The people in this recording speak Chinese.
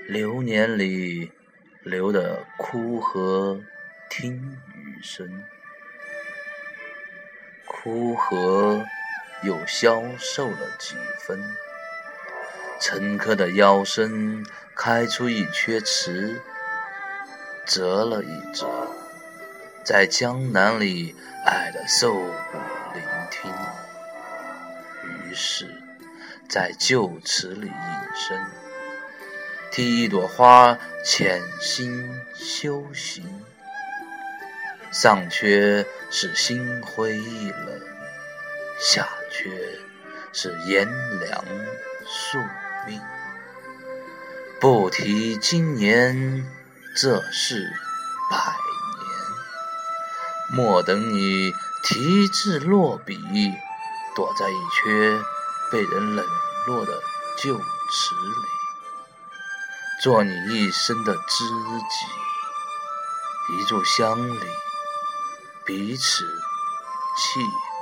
流年里流的枯荷听雨声，枯荷又消瘦了几分，沉疴的腰身开出一阙词，折了一折，在江南里爱的瘦骨聆听。于是在旧词里隐身，替一朵花潜心修行，上阙是心灰意冷，下阙是炎凉宿命。不提今年，这是百年，莫等你题字落笔，躲在一阙被人冷落的旧词里，做你一生的知己。一炷香里，彼此契